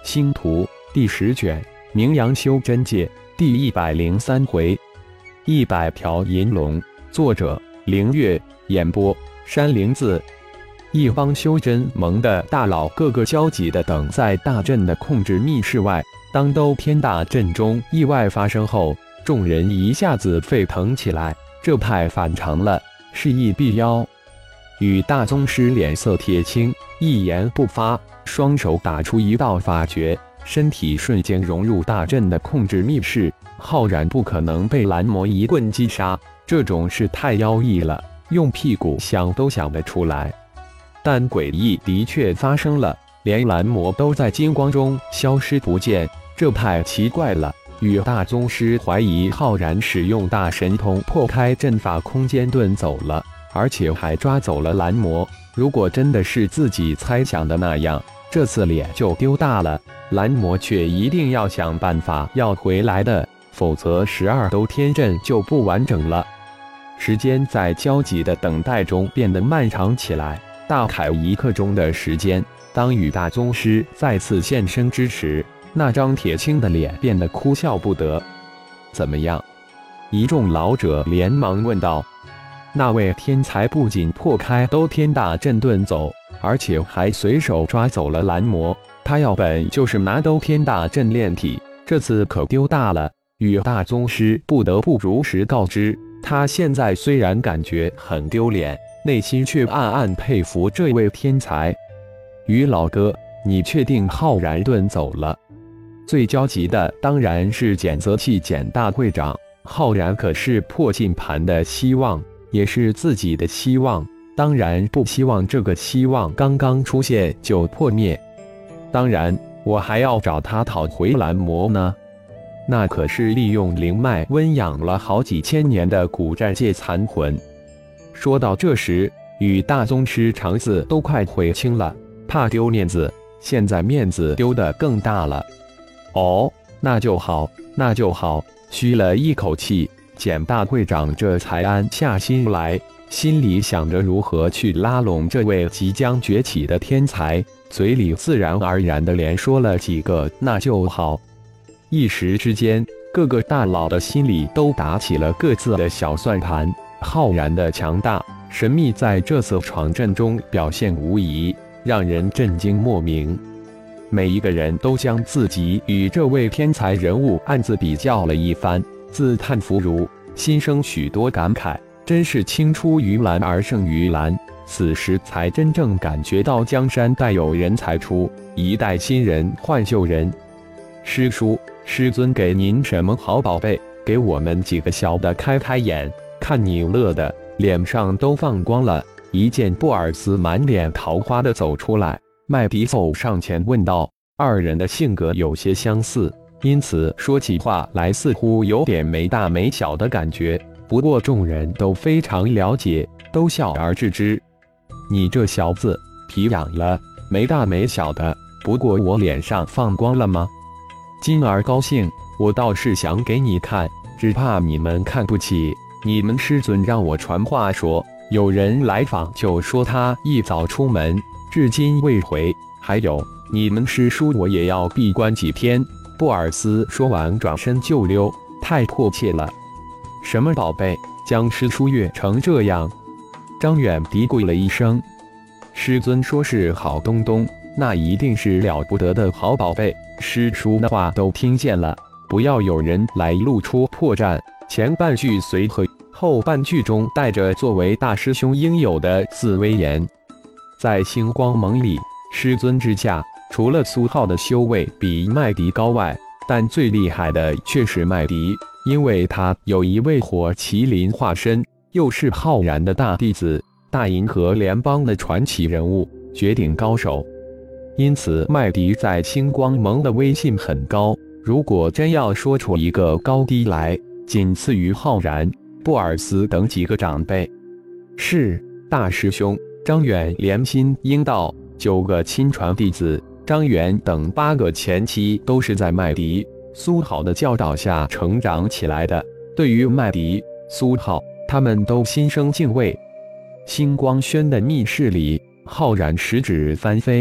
星图第10卷，名扬修真界第103回，100条银龙。作者：凌月，演播：山灵子。一帮修真盟的大佬个个焦急地等在大阵的控制密室外。当兜天大阵中意外发生后，众人一下子沸腾起来，这太反常了，事意必妖。与大宗师脸色铁青，一言不发，双手打出一道法诀，身体瞬间融入大阵的控制密室。浩然不可能被蓝魔一棍击杀，这种事太妖异了，用屁股想都想得出来。但诡异的确发生了，连蓝魔都在金光中消失不见，这太奇怪了。与大宗师怀疑浩然使用大神通破开阵法空间遁走了，而且还抓走了蓝魔。如果真的是自己猜想的那样，这次脸就丢大了。蓝魔却一定要想办法要回来的，否则12兜天阵就不完整了。时间在焦急的等待中变得漫长起来，大概1刻钟的时间。当与大宗师再次现身之时，那张铁青的脸变得哭笑不得。怎么样？一众老者连忙问道。那位天才不仅破开兜天大阵遁走，而且还随手抓走了蓝魔。他要本就是拿兜天大阵炼体，这次可丢大了。与大宗师不得不如实告知，他现在虽然感觉很丢脸，内心却暗暗佩服这位天才。于老哥，你确定浩然遁走了？最焦急的当然是检测器简大会长，浩然可是破禁盘的希望，也是自己的希望，当然不希望这个希望刚刚出现就破灭。当然，我还要找他讨回蓝魔呢。那可是利用灵脉温养了好几千年的古战界残魂。说到这时，与大宗师肠子都快悔青了，怕丢面子，现在面子丢得更大了。哦，那就好，那就好。吁了一口气，简大会长这才安下心来，心里想着如何去拉拢这位即将崛起的天才，嘴里自然而然地连说了几个那就好。一时之间，各个大佬的心里都打起了各自的小算盘。浩然的强大神秘在这次闯阵中表现无疑，让人震惊莫名。每一个人都将自己与这位天才人物暗自比较了一番，自叹弗如，心生许多感慨，真是青出于蓝而胜于蓝。此时才真正感觉到江山代有人才出，一代新人换旧人。师叔，师尊给您什么好宝贝？给我们几个小的开开眼。看你乐的脸上都放光了。一见布尔斯满脸桃花的走出来，麦迪走上前问道。二人的性格有些相似，因此说起话来似乎有点没大没小的感觉。不过众人都非常了解，都笑而置之。你这小子皮痒了，没大没小的。不过我脸上放光了吗？金儿高兴，我倒是想给你看，只怕你们看不起。你们师尊让我传话说，有人来访就说他一早出门，至今未回。还有，你们师叔我也要闭关几天。布尔斯说完转身就溜，太迫切了。什么宝贝，将师叔悦成这样？张远嘀咕了一声。师尊说是好东东，那一定是了不得的好宝贝。师叔的话都听见了，不要有人来露出破绽。前半句随和，后半句中带着作为大师兄应有的自威严。在星光盟里，师尊之下，除了苏浩的修为比麦迪高外，但最厉害的却是麦迪，因为他有一位火麒麟化身，又是浩然的大弟子，大银河联邦的传奇人物，绝顶高手。因此麦迪在星光盟的威信很高，如果真要说出一个高低来，仅次于浩然、布尔斯等几个长辈。是，大师兄。张远连心应道，9个亲传弟子，张元等8个前期都是在麦迪、苏浩的教导下成长起来的。对于麦迪、苏浩，他们都心生敬畏。星光轩的密室里，浩然十指翻飞，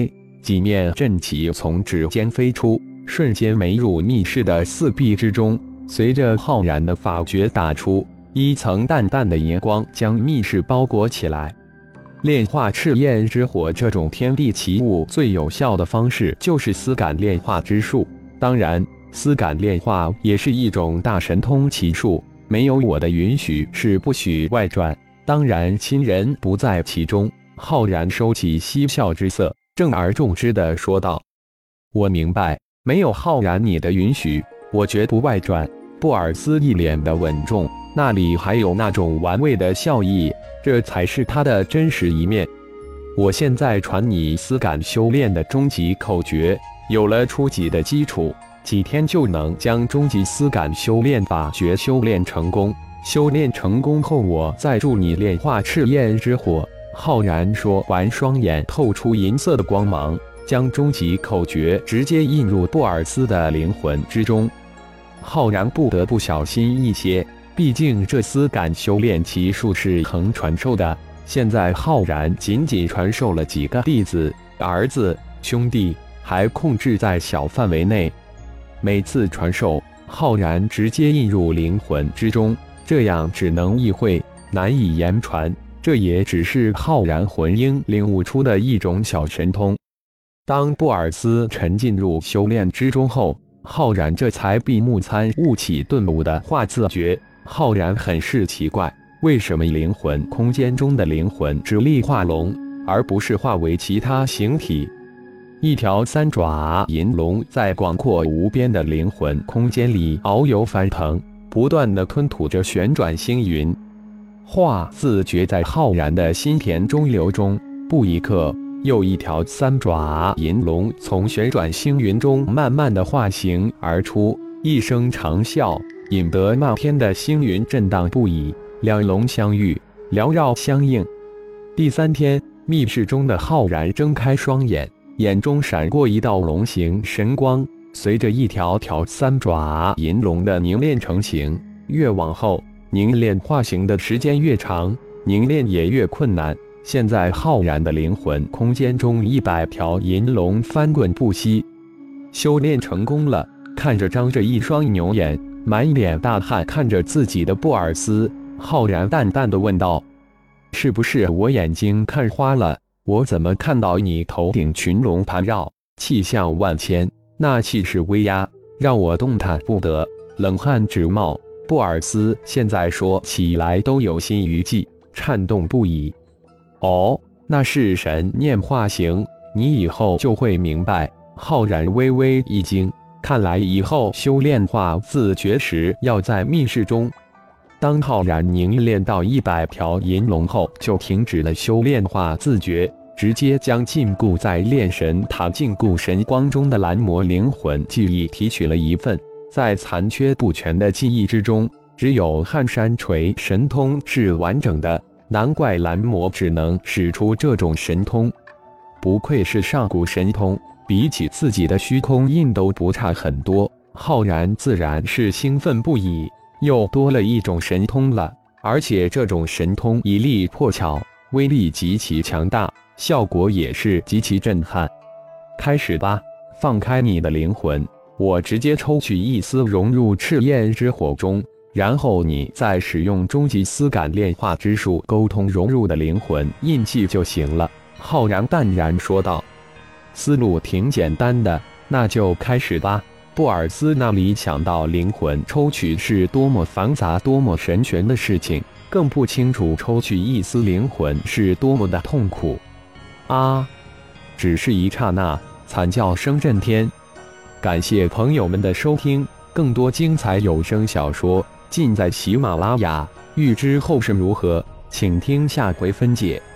几面阵旗从指尖飞出，瞬间没入密室的四壁之中。随着浩然的法诀打出，一层淡淡的银光将密室包裹起来。炼化赤焰之火这种天地奇物，最有效的方式就是丝感炼化之术。当然，丝感炼化也是一种大神通奇术，没有我的允许是不许外传。当然，亲人不在其中。浩然收起嬉笑之色，正而重之地说道：“我明白，没有浩然你的允许，我绝不外传。”布尔斯一脸的稳重，那里还有那种玩味的笑意，这才是他的真实一面。我现在传你丝感修炼的终极口诀，有了初级的基础，几天就能将终极丝感修炼法诀修炼成功。修炼成功后，我再助你炼化赤焰之火。浩然说完，双眼透出银色的光芒，将终极口诀直接印入布尔斯的灵魂之中。浩然不得不小心一些，毕竟这丝感修炼奇术是恒传授的。现在浩然仅仅传授了几个弟子、儿子、兄弟，还控制在小范围内。每次传授，浩然直接印入灵魂之中，这样只能意会，难以言传。这也只是浩然魂婴领悟出的一种小神通。当布尔斯沉浸入修炼之中后，浩然这才闭目参悟起顿悟的化字诀。浩然很是奇怪，为什么灵魂空间中的灵魂只力化龙，而不是化为其他形体？一条三爪银龙在广阔无边的灵魂空间里遨游翻腾，不断地吞吐着旋转星云。化字诀在浩然的心田中流中，不一刻，又一条三爪银龙从旋转星云中慢慢的化形而出，一声长啸，引得漫天的星云震荡不已。两龙相遇，缭绕相应。第三天，密室中的浩然睁开双眼，眼中闪过一道龙形神光，随着一条条三爪银龙的凝练成形，越往后凝练化形的时间越长，凝练也越困难。现在浩然的灵魂空间中100条银龙翻滚不息，修炼成功了。看着张着一双牛眼、满脸大汗看着自己的布尔斯，浩然淡淡的问道：“是不是我眼睛看花了？我怎么看到你头顶群龙盘绕，气象万千，那气势威压，让我动弹不得，冷汗直冒。”布尔斯现在说起来都有心于悸，颤动不已。哦，那是神念化形，你以后就会明白。浩然微微一惊，看来以后修炼化字诀时要在密室中。当浩然凝练到100条银龙后，就停止了修炼化字诀，直接将禁锢在炼神塔禁锢神光中的蓝魔灵魂记忆提取了一份。在残缺不全的记忆之中，只有撼山锤神通是完整的，难怪蓝魔只能使出这种神通。不愧是上古神通，比起自己的虚空印都不差很多。浩然自然是兴奋不已，又多了一种神通了，而且这种神通一力破巧，威力极其强大，效果也是极其震撼。开始吧，放开你的灵魂，我直接抽取一丝融入赤焰之火中，然后你再使用终极丝感炼化之术沟通融入的灵魂印记就行了。浩然淡然说道。思路挺简单的，那就开始吧。布尔斯那里想到灵魂抽取是多么繁杂多么神玄的事情，更不清楚抽取一丝灵魂是多么的痛苦。啊！只是一刹那，惨叫声震天。感谢朋友们的收听，更多精彩有声小说尽在喜马拉雅。欲知后事如何，请听下回分解。